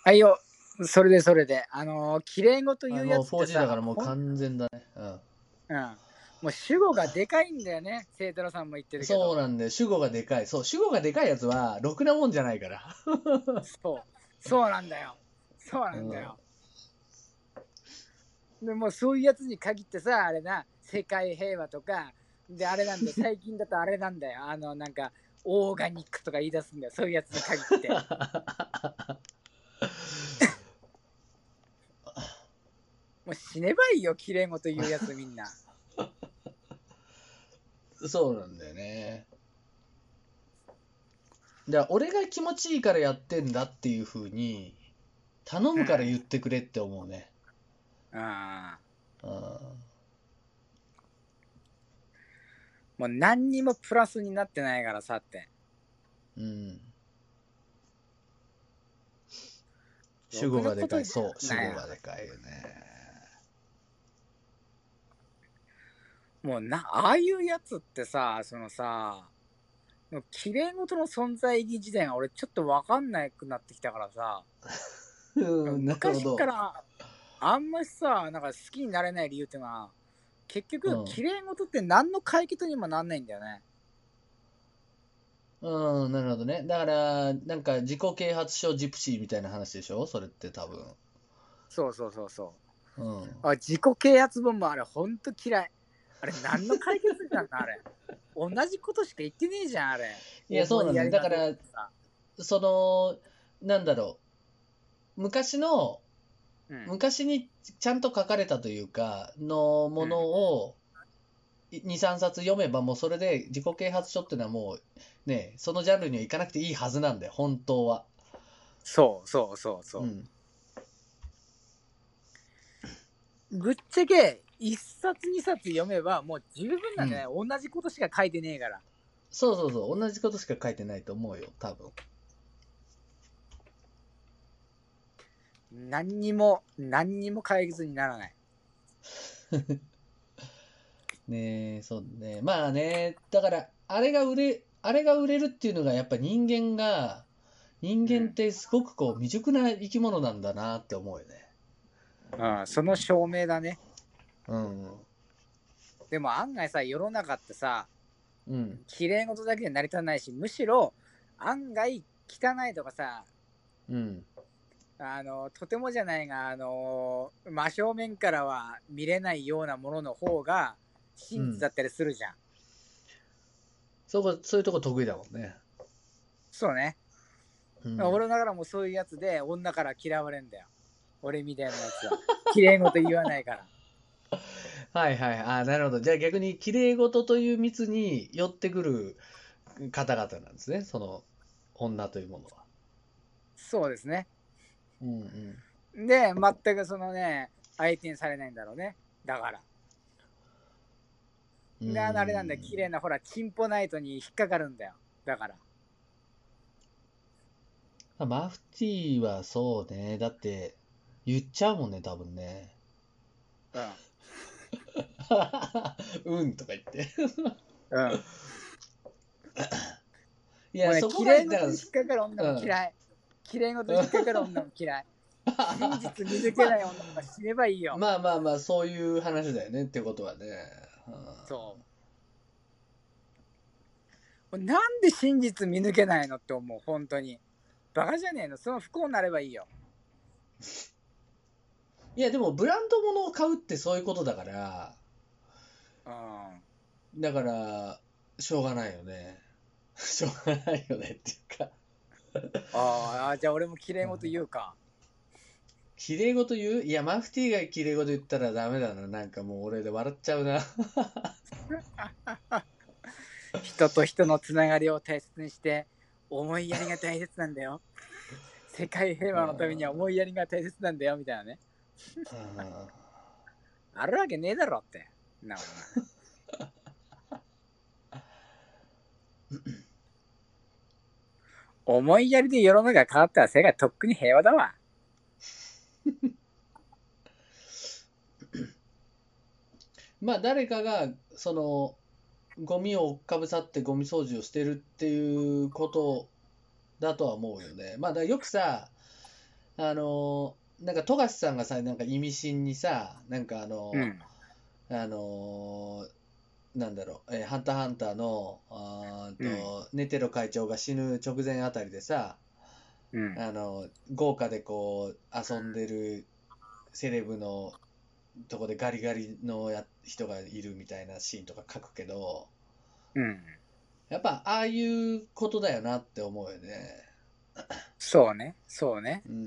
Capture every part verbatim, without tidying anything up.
あいよ、それでそれで、あのー、きれいごと言うやつってさ、 フォージー だからもう完全だね。うん。 うん。もう主語がでかいんだよね、清太郎さんも言ってるけど。 そうなんだよ。主語がでかい。そう、主語がでかいやつは、ろくなもんじゃないから。 そう。そうなんだよ。そうなんだよ。うん、でもうそういうやつに限ってさ、あれな、世界平和とか、で、あれなんだよ、最近だとあれなんだよ。あの、なんか、オーガニックとか言い出すんだよ、そういうやつに限って。もう死ねばいいよ、きれいごと言うやつみんな。 そうなんだよね。じゃあ俺が気持ちいいからやってんだっていう風に頼むから言ってくれって思うね。 うん。ああ。 もう何にもプラスになってないからさって。 うん。主語がでかい。そう、主語がでかいよね。 もうな、ああいうやつってさ、そのさ、きれいごとの存在意義自体が俺ちょっとわかんなくなってきたからさ、 うん、なるほ昔ど。 からあんましさ、なんか好きになれない理由っていうのは、結局、 うんきれいごとって何の解決にもなんないんだよね。 うん、なるほどね。だから、なんか自己啓発書ジプシーみたいな話でしょそれって多分。 そうそうそうそう。 うん。 あ、自己啓発本もあれほんと嫌い。あれ何の解決になるのあれ。同じことしか言ってねえじゃん、あれ。 いや、そうなんだよ。だから、その、なんだろう。昔の、うん、昔にちゃんと書かれたというか、のものを、に、さんさつ読めばもうそれで自己啓発書っていうのはもうね、そのジャンルには行かなくていいはずなんだよ、本当は。 そうそうそうそう。 うん、 ぶっちゃけいっさつにさつ読めばもう十分なんじゃない、うん、同じことしか書いてねえから。 そうそうそう、同じことしか書いてないと思うよ、多分。 何にも何にも解決にならない。 ねえ、そうね。まあね、だからあれが売れ、あれが売れるっていうのがやっぱ人間が、人間ってすごくこう未熟な生き物なんだなって思うよね。 うん、その証明だね。 うん。 でも案外さ、世の中ってさ、 うん。 綺麗事だけで成り立たないし、むしろ案外汚いとかさ、 うん。 あのとてもじゃないが、あの真正面からは見れないようなものの方が真実だったりするじゃん。うん、 そこ、そういうとこ得意だもんね。 そうね。うん、俺だからもうそういうやつで女から嫌われんだよ。俺みたいなやつは。綺麗事言わないから。 はいはい。あ、なるほど。じゃあ逆に綺麗事という蜜に寄ってくる方々なんですね。その女というものは。 そうですね。 うんうん。で、全くそのね、相手にされないんだろうね。だから。で、あれなんだよ。綺麗な、ほら、チンポナイトに引っかかるんだよ。だから。 マフティーはそうね。だって、言っちゃうもんね、多分ね。 うん。 うんとか言ってうん。 いや、 もうね、 そこが、 綺麗だから、 事に引っかかる女も嫌い。綺麗事に引っかかる女も嫌い。真実見抜けない女が死ねばいいよ。 まあまあまあ、そういう話だよねってことはね。 そう。なんで真実見抜けないのって思う、本当に。バカじゃねえの、その不幸になればいいよ。 いや、でもブランド物を買うってそういうことだから、 うん。 だから、しょうがないよね。しょうがないよねっていうかああ、じゃあ俺も綺麗事言うか。 綺麗事言ういや、マフティーが綺麗事言ったらダメだな。なんかもう俺で笑っちゃうな人と人のつながりを大切にして、思いやりが大切なんだよ。世界平和のためには思いやりが大切なんだよ、みたいなね。あるわけねえだろって。なる思いやりで世の中が変わったら世界とっくに平和だわ。 まあ誰かがそのゴミをかぶさってゴミ掃除をしてるっていうことだとは思うよね。まあだよくさ、 あのーなんか富樫さんがさ、なんか意味深にさ、なんかあのうん。 ーあのーなんだろう、えーハンターハンターの、あーうん。 と、ネテロ会長が死ぬ直前あたりでさ、 うん。 あの、豪華でこう、遊んでるセレブのとこでガリガリのや人がいるみたいなシーンとか書くけど、 うん。 やっぱああいうことだよなって思うよね。 そうね。そうね。 うん。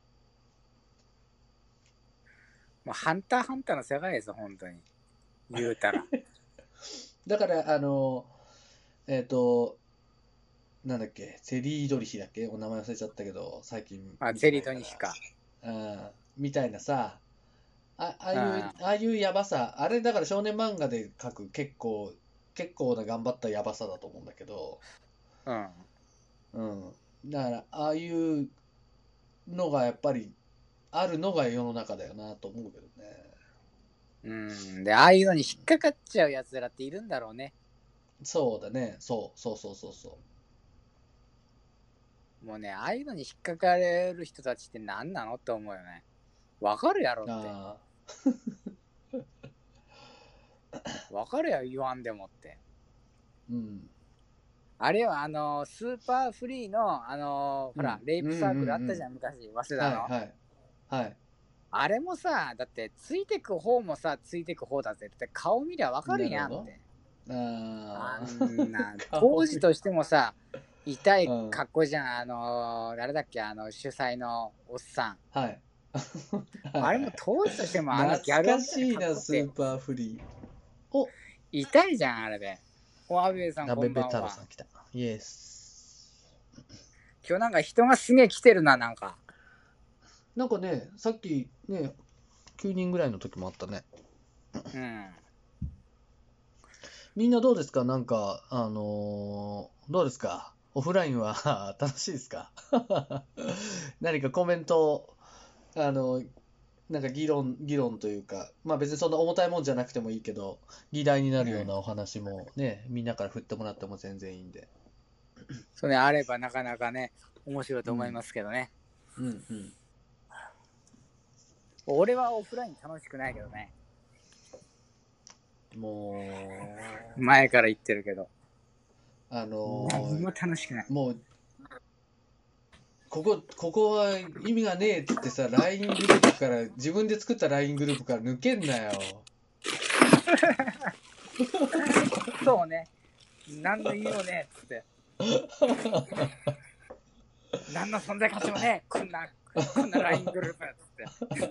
もうハンターハンターの世界ですよ、本当に。言うたら。 だから、あの、えっと、なんだっけ、セリードリヒだっけお名前忘れちゃったけど、最近あ、 見ゼリてないから。 トニヒか。 うん、みたいなさ、あ、ああいう、 うん。 ああいうやばさ、あれだから少年漫画で描く結構、結構な頑張ったやばさだと思うんだけど、 うん。 うん。だから、ああいうのがやっぱりあるのが世の中だよなと思うけどね。 うん。で、ああいうのに引っかかっちゃうやつらっているんだろうね。 そうだね。そう、そうそうそうそもうね、ああいうのに引っかかれる人たちって何なのって思うよね。わかるやろう。 って。 あわかるや言わんでもって。 ー、うん。 あれはあの、スーパーフリーの、あの、ほら、 うん。 レイうんうんプサークルあったうん。 じゃん、昔、早稲田の。 はいはい。はい。 あれもさ、だってついてく方もさ、ついてく方だぜって顔見りゃわかるなるほど。 やんって。ああんな、 ー、顔見。 当時としてもさ、痛いうん。 格好じゃん。あの、誰だっけ、あの、主催のおっさん。 はい。はいあれもはい。 当時としてもあの懐ギャル男かみたいなしいな、 格好ってスーパーフリー。お、 痛いじゃん、あれで。お、アベイさんこなべべんばんは。 太郎さん来た。イエス。 今日なんか人がすげえ来てるな、なんか。 なんかね、さっきね、きゅうにんぐらいの時もあったね。 うん。 みんなどうですかなんか、あのーどうですかオフラインは楽しいですか何かコメント、あの、なんか議論、議論というか、まあ別にそんな重たいもんじゃなくてもいいけど、議題になうん。 るようなお話もね、みんなから振ってもらっても全然いいんで。 それあればなかなかね、面白いと思いうん、 ますけどね。 うん、うん。 俺はオフライン楽しくないけどね。 も前から言ってるけど。 う、あのー何も楽しくない。 もう、ここ、ここは意味がねえっつってさ、ライン グループから、自分で作った ライン グループから抜けんなよ。 そうね。何の意味もねえっつって。何の存在価値もねえ。こんな、こんな ライン グループっつって。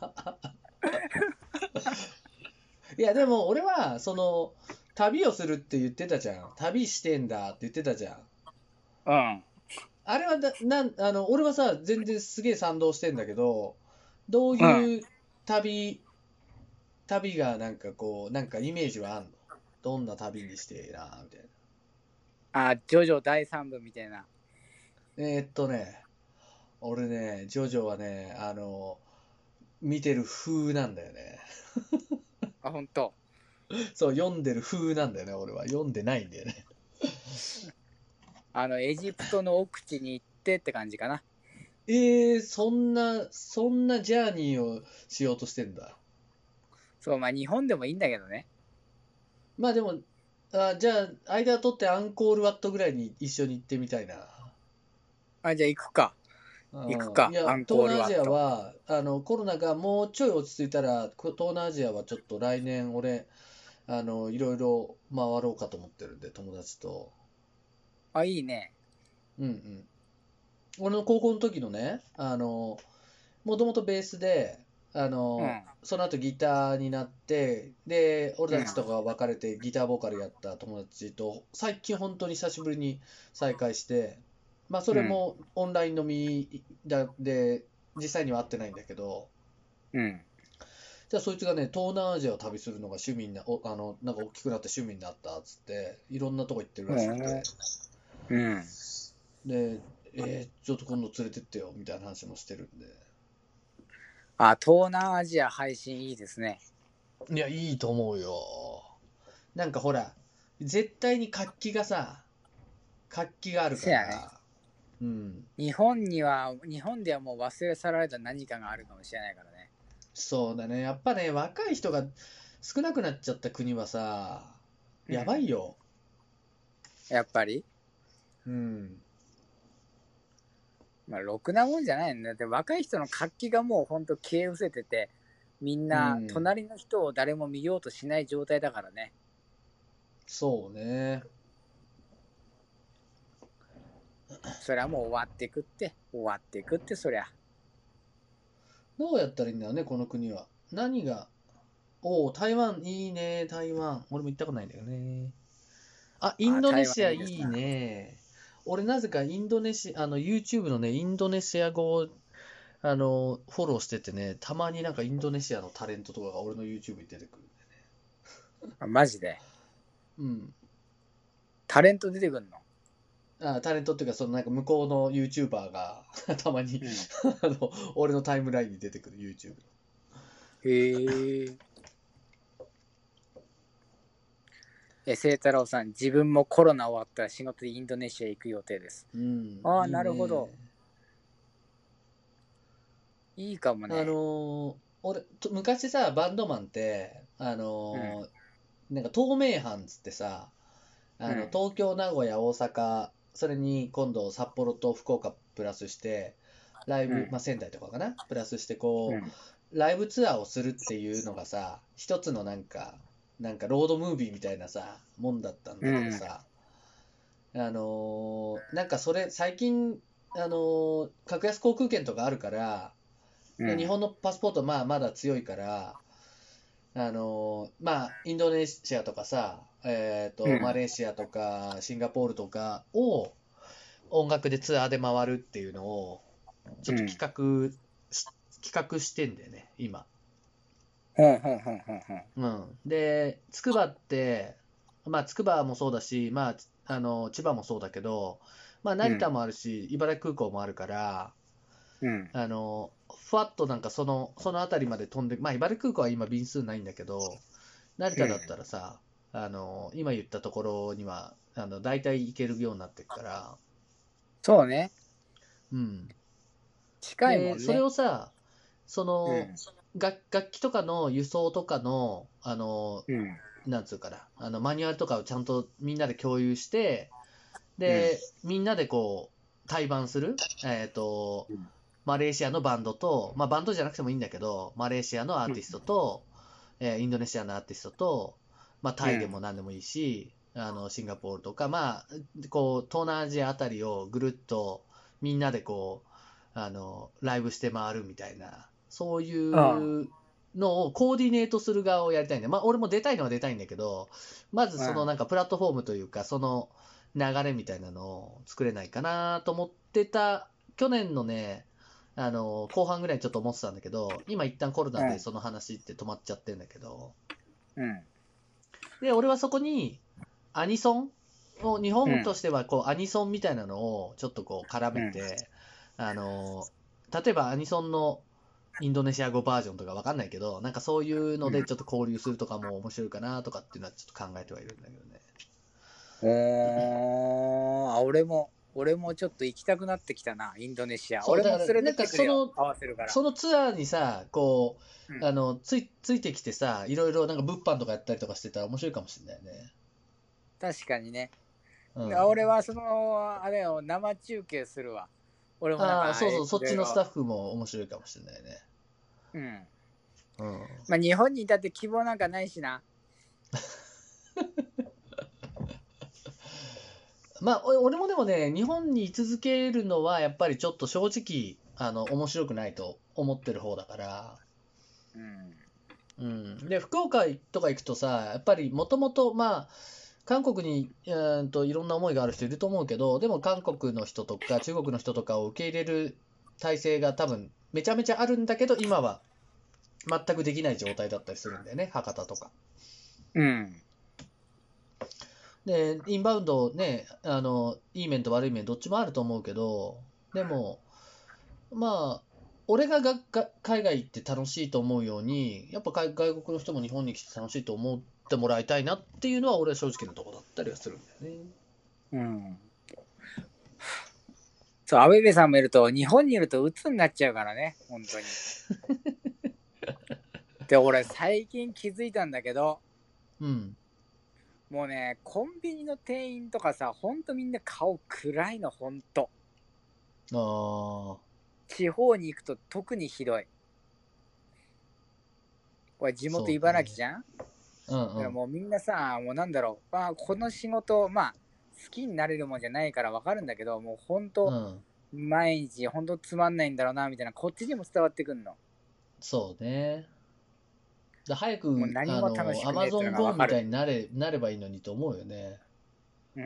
いや、でも俺は、その、旅をするって言ってたじゃん。旅してんだって言ってたじゃん。 うん。 あれはだ、なん、あの、俺はさ、全然すげえ賛同してんだけど、どううん。 いう旅、旅がなんかこう、なんかイメージはあんのどんな旅にしてえな、みたいあ、ジョジョだいさんぶみたいな。 な。えーっとね、俺ね、ジョジョはね、あの、見てる風なんだよね。 あ、ほんと。 そう、読んでる風なんだよね、俺は。読んでないんだよね。 あの、エジプトの奥地に行ってって感じかな。 えー、そんな、そんなジャーニーをしようとしてんだ。 そう、まあ日本でもいいんだけどね。 まあでも、あ、じゃあ、間取ってアンコールワットぐらいに一緒に行ってみたいな。 あ、じゃあ行くか。行くか。 うん、いや、 アンコー東南アジアルワット。 は、あの、コロナがもうちょい落ち着いたら、こ東南アジアはちょっと来年、俺、あの、いろいろ回ろうかと思ってるんで、友達と。 あ、いいね。 うんうん。俺の高校の時のね、あの、もともとベースで、あの、 うん。 その後ギターになって、で、俺うん。 たちとか別れてギターボーカルやった友達と、最近本当に久しぶりに再会して、まあそうん。 れもオンライン飲みだで、実際には会ってないんだけど、 うん。 じゃあそいつがね、東南アジアを旅するのが趣味にな、お、あの、なんか大きくなって趣味になったっつって、いろんなとこ行ってるうらしくて、 ん。うん。 で、えーちょっと今度連れてってよ、みたいな話もしてるんで。 あ、東南アジア配信いいですね。 いや、いいと思うよ。なんかほら、絶対に活気がさ、活気があるかせやね。 ら、 うん。 日本には、日本ではもう忘れ去られた何かがあるかもしれないからね。 そうだね。やっぱね、若い人が少なくなっちゃった国はさ、やばいよ。 うん、やっぱりうん。 まあ、ろくなもんじゃないんだって、若い人の活気がもうほんと消え失せてて、みんな隣の人を誰も見ようとしない状態だからね。 そうね。 そりゃもう終わっていくって、終わっていくって、そりゃ。 どうやったらいいんだろうね、この国は。何が。おお、台湾いいね、台湾。俺も行ったことないんだよね。あ、インあ、 ドネ台シアいい湾いいですな。 ね。俺なぜかインドネシア、あの YouTube のね、インドネシア語をあのフォローしててね、たまになんかインドネシアのタレントとかが俺の YouTube に出てくるんあ、マジで。 でね。うん。 タレント出てくんの？ あ、タレントっていうか、そのなんか向こうの YouTuber がたまにうん。 あの俺のタイムラインに出てくる YouTube。 へえ。え、清太郎さん、自分もコロナ終わったら仕事でインドネシア行く予定です。 うん、 ああ、 いいなるほど。 ね。 いいかもあね。 のー俺、と昔さ、バンドマンって、あうん。 のーなんか東名阪つってさ、あの、 うん。 東京、名古屋、大阪、それに今度札幌と福岡プラスして、ライブ、 うん。 まあ、仙台とかかなプラスしてこうん。 う、ライブツアーをするっていうのがさ、一つのなんか、なんかロードムービーみたいなさ、もんだったんだけどうん。 さ、あのーなんかそれ、最近、あのー格安航空券とかあるから、で日うん。 本のパスポートまあまだ強いから、あのーまあ、インドネシアとかさ、えっと、マうん。 レーシアとか、シンガポールとかを音楽でツアーで回るっていうのを、ちょっと企うん。 画し、企画してんだよね、今。 ほんほんほんほんほん。 うん。で、つくばって、まあ、つくばもそうだし、まあ、あの、千葉もそうだけど、まあ、成田うん。 もあるし、茨城空港もあるから、 うん。 あの、ふわっとなんかその、そのあたりまで飛んで、まあ、茨城空港は今便数ないんだけど、成うん。 田だったらさ、あの、今言ったところには、あの、大体行けるようになってるから、 そうね。 うん。で、それ近いもんね。 をさ、その、 うん。 楽、楽器とかの輸送とかの、あの、 うん。 なんつうかな、あの、マニュアルとかをちゃんとみんなで共有して、 うん。 で、みんなでこう、対バンする、えっと、マレーシアのバンドと、まあバンドじゃなくてもいいんだけど、マレーシアのアーうん。 ティストと、えーインドネシアのアーティストと、まあタイでもうん。 何でもいいし、あの、シンガポールとか、まあ、こう、東南アジアあたりをぐるっとみんなでこう、あの、ライブして回るみたいな、そういあうのをコーディネートする側をやりたいんだよ。まあ俺も出たいのは出たいんだけど、まずそのあ。 なんかプラットフォームというか、その流れみたいなのを作れないかなと思ってた、去年のね、あの、後半ぐらいにちょっと思ってたんだけど、今一旦コロナでうん。 その話って止まっちゃってんだけど、 うん。 で、俺はそこにアニソンを、日本とうん。 してはこうアニソンみたいなのをちょっとこう絡うん。 めて、あの、例えばアニソンのインドネシア語バージョンとかわかんないけど、なんかそういうのうん。 でちょっと交流するとかも面白いかなとかっていうのはちょっと考えてはいるんだけどね。 おー、あ、俺も、俺もちょっと行きたくなってきたな、インドネシア。 そう、 俺だからなんも連れてってくれよ。 かその、 合わせるから。 そのツアーにさ、こう、 うん。 あの、つい、ついてきてさ、いろいろなんか物販とかやったりとかしてたら面白いかもしれないね。 確かにね。 うん。 俺はその、あれを生中継するわ。俺もなんああ、 か、えそうそう、そっいろいろ。 ちのスタッフも面白いかもしれないね。 うん。 うん。 まあ日本にいたって希望なんかないしな。 まあ、お俺もでもね、日本に居続けるのはやっぱりちょっと正直、あの、面白くないと思ってる方だから。 うん。 うん。で、福岡とか行くとさ、やっぱりもともと、まあ、韓国に、うーんと、いろんな思いがある人いると思うけど、でも韓国の人とか中国の人とかを受け入れる体制が多分めちゃめちゃあるんだけど、今は全くできない状態だったりするんだよね、博多とか。 うん。 で、インバウンドね、あの、いい面と悪い面どっちもあると思うけど、でも、まあ、俺ががが海外行って楽しいと思うように、やっぱ外外国の人も日本に来て楽しいと思ってもらいたいなっていうのは俺は正直なところだったりはするんだよね。 うん。 そう、アベベさんもいると、日本にいると鬱になっちゃうからね、本当に。で、俺、最近気づいたんだけど、 うん。 もうね、コンビニの店員とかさ、ほんとみんな顔暗いの、ほんと。 ああ。 地方に行くと特にひどい。これ地元そうね茨城じゃん、 うんだからうん。 もうみんなさ、もうなんだろう、まあ、この仕事、まあ、好きになれるもんじゃないからわかるんだけど、もうほんと、 うん。 毎日ほんとつまんないんだろうな、みたいな、こっちにも伝わってくんの。 そうね。だ早もうく、 何も楽あの、 しくねえっての Amazon がわ Go みかる。 たいになれ、なればいいのにと思うよね。 うん。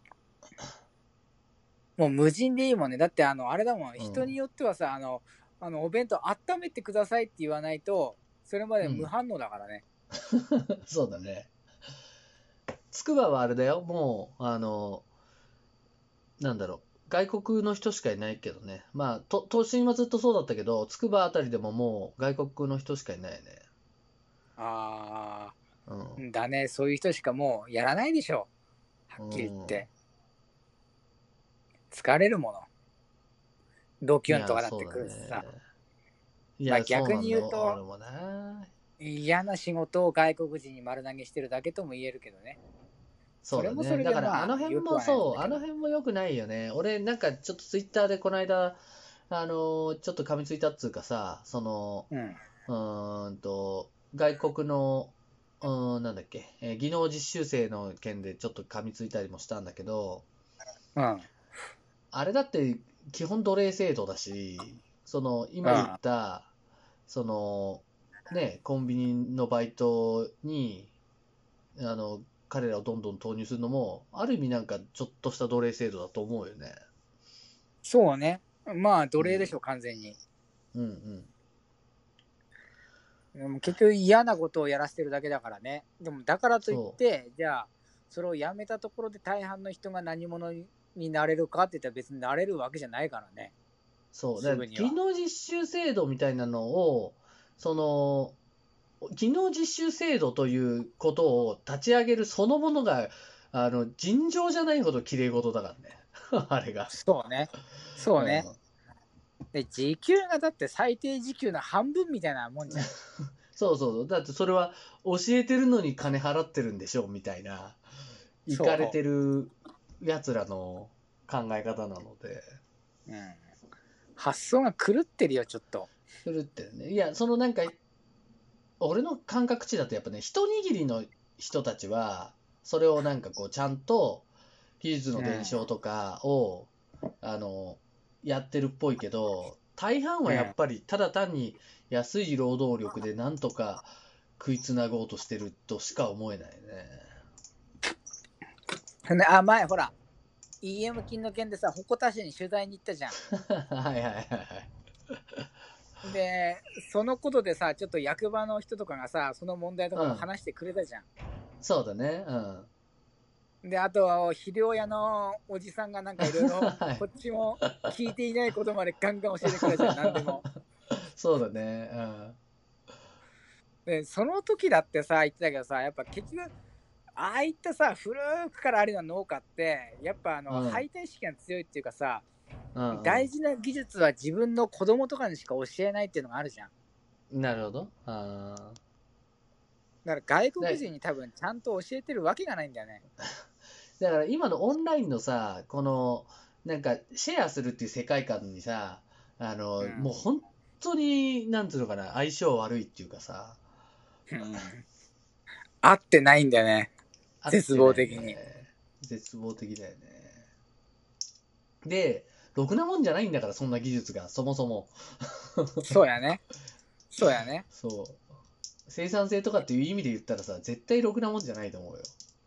もう無人でいいもんね。だってあの、あれだもん、人によってはさ、あの、あの、お弁当温めてくださいって言わないと、それまで無反応だからね。 そうだね。つくばはあれだよ。もう、あの、なんだろう。外国の人しかいないけどね。まあ、と都心はずっとそうだったけど、つくばあたりでももう外国の人しかいないね。 あうん。 ー、だね。そういう人しかもうやらないでしょ。はっきり言っうん。 て。疲れるもの。ドキいや、 ュンとかなってそうだね。 くるしさ。まあいや、そう逆になんだよ。 言うと、 俺もな。 嫌な仕事を外国人に丸投げしてるだけとも言えるけどね。そそうだね。 れもそれでだから、あまあ、 の辺よくはないんもそう、 だけど。 あの辺も良くないよね。俺、なんか、ちょっとツイッターでこの間、あのーちょっと噛みついたっつうかさ、その、 うん。 うーんと、外国の、うーん、なんだっけ、えー技能実習生の件でちょっと噛みついたりもしたんだけど、 うん。うん。 あれだって基本奴隷制度だし、その、今言った、その、ね、コンビニのバイトに、あの、彼らをどんどん投入するのも、ある意味なんかちょっとした奴隷制度だと思うよね。 そうね。まあ、奴うん。 隷でしょ、完全に。 うんうん。 でも結局嫌なことをやらせてるだけだからね。でもだからといっそて、じゃあ、それをやめたところで大半の人が何者になれるかって言ったら別になれるわけじゃないからね。 う。そう。だからすぐには。 技能実習制度みたいなのを、その、技能実習制度ということを立ち上げるそのものが、あの、尋常じゃないほど綺麗事だからね。あれが。 そうね。そうね。 うん。 で、時給がだって最低時給の半分みたいなもんじゃん。 そうそうそう。だってそれは教えてるのに金払ってるんでしょみたいな、いかれそてる奴らの考え方なので。 う。うん。発想が狂ってるよ、ちょっと。 狂ってるね。いや、そのなんか、俺の感覚値だとやっぱね、一握りの人たちは、それをなんかこう、ちゃんと技術の伝承とかを、あの、やってるっぽいけど、大半はやっぱりただ単に安い労働力でなんとか食いつなごうとしてるとしか思えないね。 うん。あ、前、ほら、イーエム 金の件でさ、鉾田市に取材に行ったじゃん。 はいはいはいはい。 で、そのことでさ、ちょっと役場の人とかがさ、その問題とかもうん。 話してくれたじゃん。 そうだね。うん。 で、あと、肥料屋のおじさんがなんかいろいろ、 はい。 こっちも聞いていないことまでガンガン教えてくれたじゃん、何でも。 そうだね。うん。 で、その時だってさ、言ってたけどさ、やっぱ結局、ああいったさ、古くからあるような農家って、やっぱあの、 うん。 排他意識が強いっていうかさ、 うん大事な技術は自分の子供とかにしか教えないっていうのがあるじゃん。 うん。なるほど。ああ。 だから外国で、 人に多分ちゃんと教えてるわけがないんだよね。 だから今のオンラインのさ、この、なんかシェアするっていう世界観にさ、あの、もううん。 本当に、なんつうのかな、相性悪いっていうかさ、 うん。合ってないんだよね。 合っ絶てないね。 望的に。 絶望的だよね。で、ろくなもんじゃないんだから、そんな技術が、そもそも。 そうやね。そうやね。 そう。生産性とかっていう意味で言ったらさ、絶対ろくなもんじゃないと思うよ。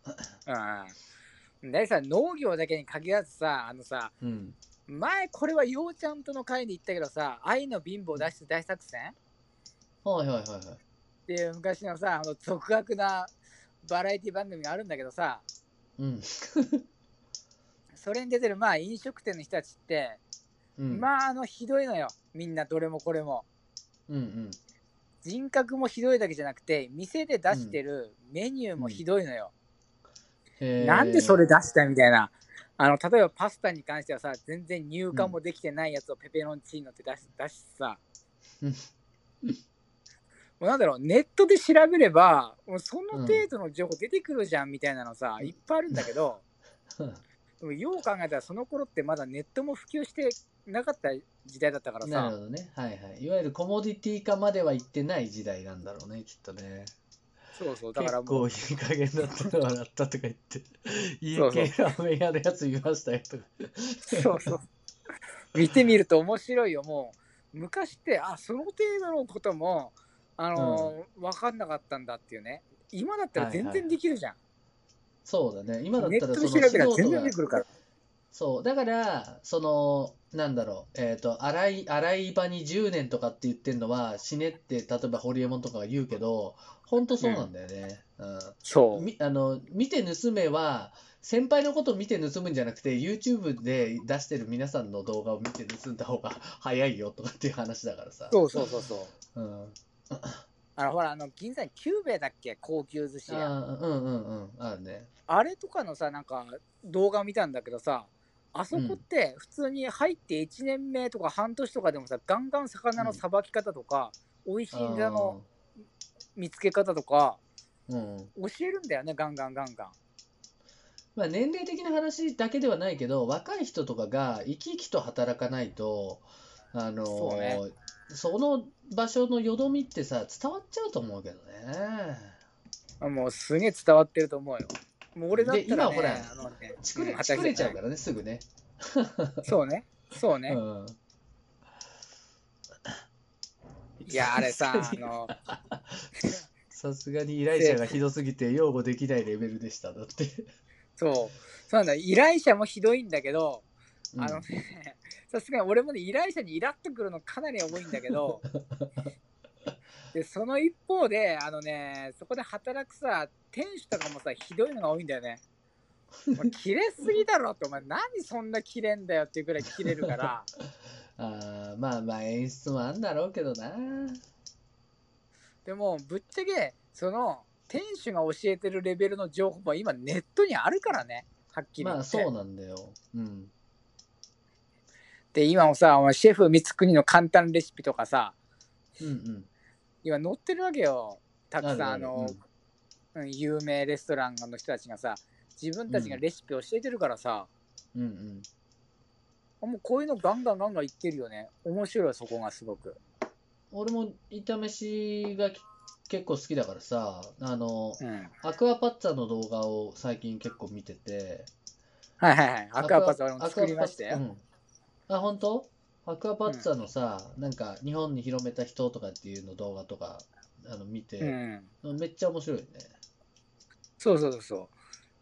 うん。でさ、農業だけに限らずさ、あのさ、 うん。 前これはようちゃんとの会で言ったけどさ、愛の貧乏脱出大作戦っはいはいはいはい。 ていう昔のさ、あの俗悪なバラエティ番組があるんだけどさ、 うん。 それに出てるまあ飲食店の人たちって、 うん。 まああのひどいのよ。みんなどれもこれも。 うんうん。 人格もひどいだけじゃなくて、店で出うん。 してるメニューもうん。 ひどいのよ。なんでそへれ出したみたいな。 あの、例えばパスタに関してはさ、全然乳うん。 化もできてないやつをペペロンチーノって出し出しさ、 うん。 もうなんだろう、ネットで調べれば、もうその程うん。 度の情報出てくるじゃんみたいなのさ、いっぱいあるんだけど、でもよう考えたらその頃ってまだネットも普及してなかった時代だったからさ、 なるほどね。はいはい。いわゆるコモディティ化まではいってない時代なんだろうね、きっとね。 そうそう、だか結らもう、 構いい加減だったのはあったとか言って、家そうそう、 系ラーメン屋のやつ見ましたよとか。 そうそう、見てみると面白いよ。もう、昔って、あ、その程度のことも、あうん。 のー、分かんなかったんだっていうね。今だったら全はいはい。 然できるじゃん。 そうだね。今だっネッたらそのトで調べたら全素人が、 然出てくるから。 そう。だから、その、なんだろう、えっと、洗い、洗い場にじゅうねんとかって言ってんのは、死ねって、例えばホリエモンとかが言うけど、本当そうなんうん。 だよね。うん。 そみ、あの、見て盗めは、先輩のことを見て盗むんじゃなくて、YouTube で出してる皆さんの動画を見て盗んだ方が早いよとかっていう話だからう。 さ。 そうそうそうそう。 うん。 あの、ほら、あの、銀座にキューベイだっけ高級寿司屋。 ああ、うんうんうん。あるね。 あれとかのさ、なんか、動画見たんだけどさ、あそこっうん。 て普通に入っていちねんめとか半年とかでもさ、ガンガン魚のうん。 さばき方とか、美味しいネタのああ、 見つけ方とか、 うん。 教えるんだよね、ガンガンガンガン。 まあ、年齢的な話だけではないけど、若い人とかが生き生きと働かないと、あそうね。 のーその場所のよどみってさ、伝わっちゃうと思うけどね。 もうすげえ伝わってると思うよ。もう俺だっで、 たらね、 今ほら、 あのね、うん、 作れ、作働きたい。はい。 れちゃうからね、すぐね。 そうね。そうね。 うん。 いや、あされさ、あすがにの、 さすがに依頼者せがひどすぎて擁護できないレベルでした。だって。 そう、そうなんだ。依頼者もひどいんだけど、あのうん。 ね、さすがに俺もね、依頼者にイラっとくるのかなり多いんだけど、で、その一方で、あのね、そこで働くさ、店主とかもさ、ひどいのが多いんだよね。お前、切れすぎだろって、お前、何そんな切れんだよっていうくらい切れるから、 あーまあまあ演出もあんだろうけどな。 でも、ぶっちゃけ、その、店主が教えてるレベルの情報は今ネットにあるからね。はっきり言まあそうって。 なんだよ。うん。 で、今もさ、お前シェフ三つ国の簡単レシピとかさ、 うんうん。 今載ってるわけよ。たくさん、 あるある。うあの、 ん。 うん有名レストランの人たちがさ、自分たちがうん。 レシピ教えてるからさ、 うんうん。 もうこういうのガンガンガンガン言ってるよね。面白い、そこがすごく。 俺も炒めしがき結構好きだからさ、あの、 うん。 アクアパッツァの動画を最近結構見てて、 はいはいはい。アアクア、 クアパッツァ俺もアク作アパッツァ、うりましたよ。 ん。あ、本当？アクアパッうん。 ツァのさ、なんか日本に広めた人とかっていうの動画とか、あの見て、 うん。 めっちゃ面白いね。 そうそうそうそう。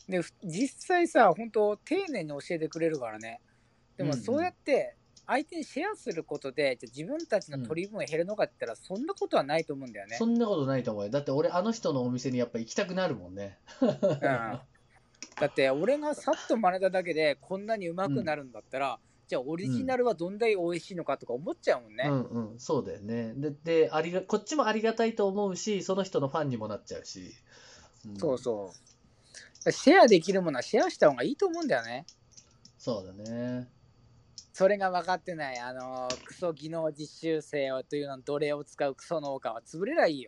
で、ふ実際さ、本当丁寧に教えてくれるからね。でうんうもそうやん。 って相手にシェアすることで、じゃあ自分たちのうん。 取り分が減るのかって言ったら、そんなことはないと思うんだよね。 そんなことないと思うよ。だって俺あの人のお店にやっぱ行きたくなるもんね。 うん。だって俺がさっと真似ただけでこんなにうまうん。 くなるんだったら、じゃあオリうん。 ジナルはどんだけ美味しいのかとか思っちゃうもんね。 うんうん。そうだよね。で、で、ありが、こっちもありがたいと思うし、その人のファンにもなっちゃうし。うん。 そうそう。シェアできるものはシェアした方がいいと思うんだよね。 そうだね。 それが分かってない、あのークソ技能実習生をというの奴隷を使うクソ農家は潰れりゃいいよ。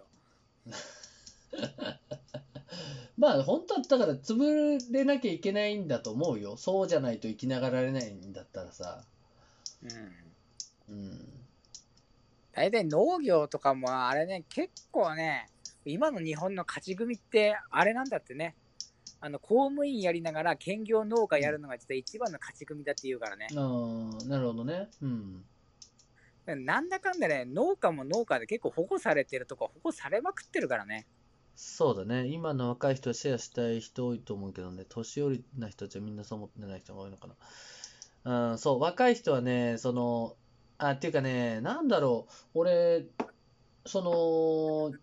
まあ本当はだから潰れなきゃいけないんだと思うよ。そうじゃないと生きながられないんだったらさ。 うん。 うん。 大体農業とかもあれね、結構ね、今の日本の勝ち組ってあれなんだってね。あの公務員やりながら兼業農家うん。 やるのが実は一番の勝ち組だって言うからね。 ああ、なるほどね。うん。 なんだかんだね、農家も農家で結構保護されてるとこ保護されまくってるからね。 そうだね。今の若い人はシェアしたい人多いと思うけどね。年寄りな人たちはみんなそう思ってない人が多いのかな。うん、そう、若い人はね、その、あ、っていうかね、なんだろう。俺、その、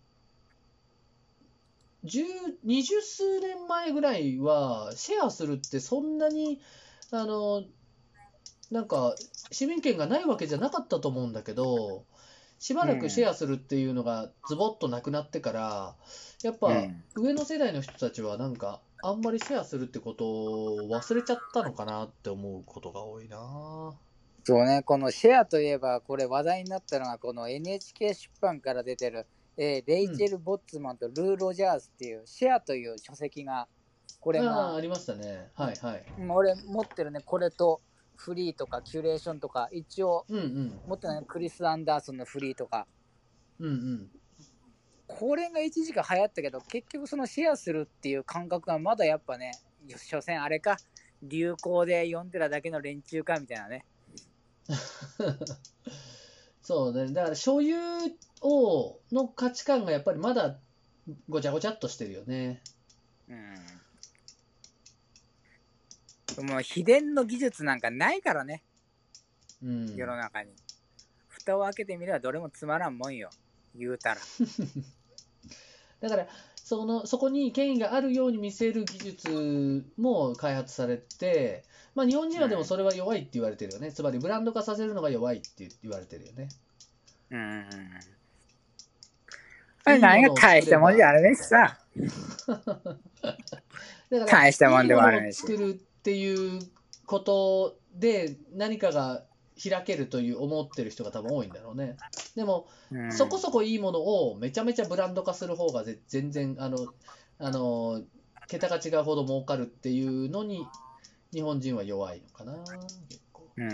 じゅう、二十数年前ぐらいは、シェアするってそんなに、あの、なんか、市民権がないわけじゃなかったと思うんだけど、しばらくシうん。 ェアするっていうのがズボッとなくなってから、やっぱうん。 上の世代の人たちはなんか、 あんまりシェアするってことを忘れちゃったのかなって思うことが多いな。 そうね、このシェアといえば、これ話題になったのが、この エヌエイチケー 出版から出てる、えーレイチェル・ボッツマンとルー・ロジャースっていう、シェアという書籍が、これあまあ、ありましたね。はいはい。 あ、俺持ってるね、これとフリーとかキュレーションとか、一応うんうん。 持ってるね、クリス・アンダーソンのフリーとか、 うんうん。 これが一時期流行ったけど、結局そのシェアするっていう感覚がまだやっぱね、所詮あれか、流行で読んでただけの連中かみたいなね。 そうね。だから所有をの価値観がやっぱりまだごちゃごちゃっとしてるよね。 うん。もう秘伝の技術なんかないからね、 うん。 世の中に。蓋を開けてみればどれもつまらんもんよ、言うたら。 だからそのそこに権威があるように見せる技術も開発されて、まあ、日本人はでもそれは弱いって言われてるよね。つまりブランド化させるのが弱いって言われてるよね。 うん。あれ何が大したもんじゃあれねしさ。 だから大したもんでもあるいいものをねし。 作るっていうことで何かが開けるという思ってる人が多分多いんだろうね。でも、 うん、 そこそこいいものをめちゃめちゃブランド化する方がぜ全然あのあの桁が違うほど儲かるっていうのに日本人は弱いのかな、結構。 うん。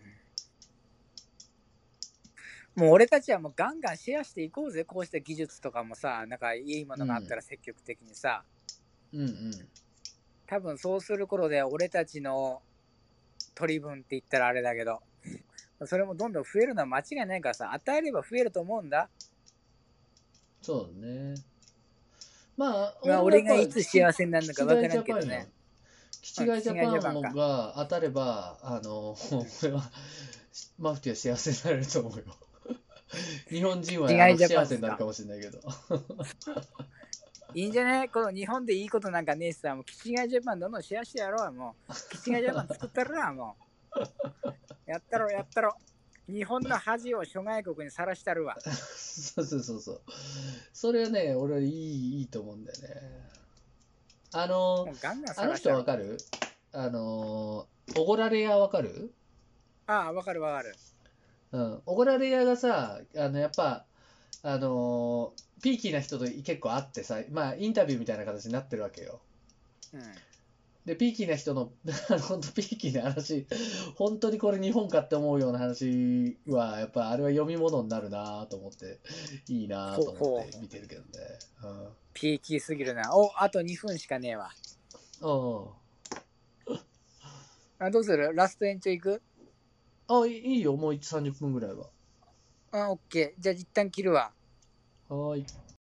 もう俺たちはもうガンガンシェアしていこうぜ、こうした技術とかもさ、なんかいいものがあったら積極的にさ。 うんうん多分そうする頃で俺たちの取り分って言ったらあれだけど、それもどんどん増えるのは間違いないからさ、与えれば増えると思うんだ。 そうね。まあ、 まあ俺がいつ幸せになるのか分からんけどね。 キチガイジャパンのが当たれば、あの、これは、マフティは幸せになれると思うよ。日本人は幸せになるかもしれないけど。 いいんじゃね、この日本でいいことなんかねえしさ、もうキチガイジャパンどんどんシェアしてやろうもう。キチガイジャパン作ったらな、もう。やったろ、やったろ。日本の恥を諸外国にさらしたるわ。 そうそうそうそう。それはね、俺はいい、いいと思うんだよね。あの、 ガンガンあの人わかる？あの、オゴラレアわかる？ ああ、わかるわかる。 うん。オゴラレアがさ、あの、やっぱ、あのー、ピーキーな人と結構会ってさ、まあ、インタビューみたいな形になってるわけよ。 うん。 で、ピーキーな人の、本当ピーキーな話、本当にこれ日本かって思うような話は、やっぱあれは読み物になるなと思って、いいなと思って見てるけどね。うん、 ピーキーすぎるな。お、あとにふんしかねえわ。 うん。 あ、どうする？ラスト延長いく？ あ、いいよ、もうさんじゅっぷんぐらいは。 あ、オッケー。じゃあ一旦切るわ。 はーい。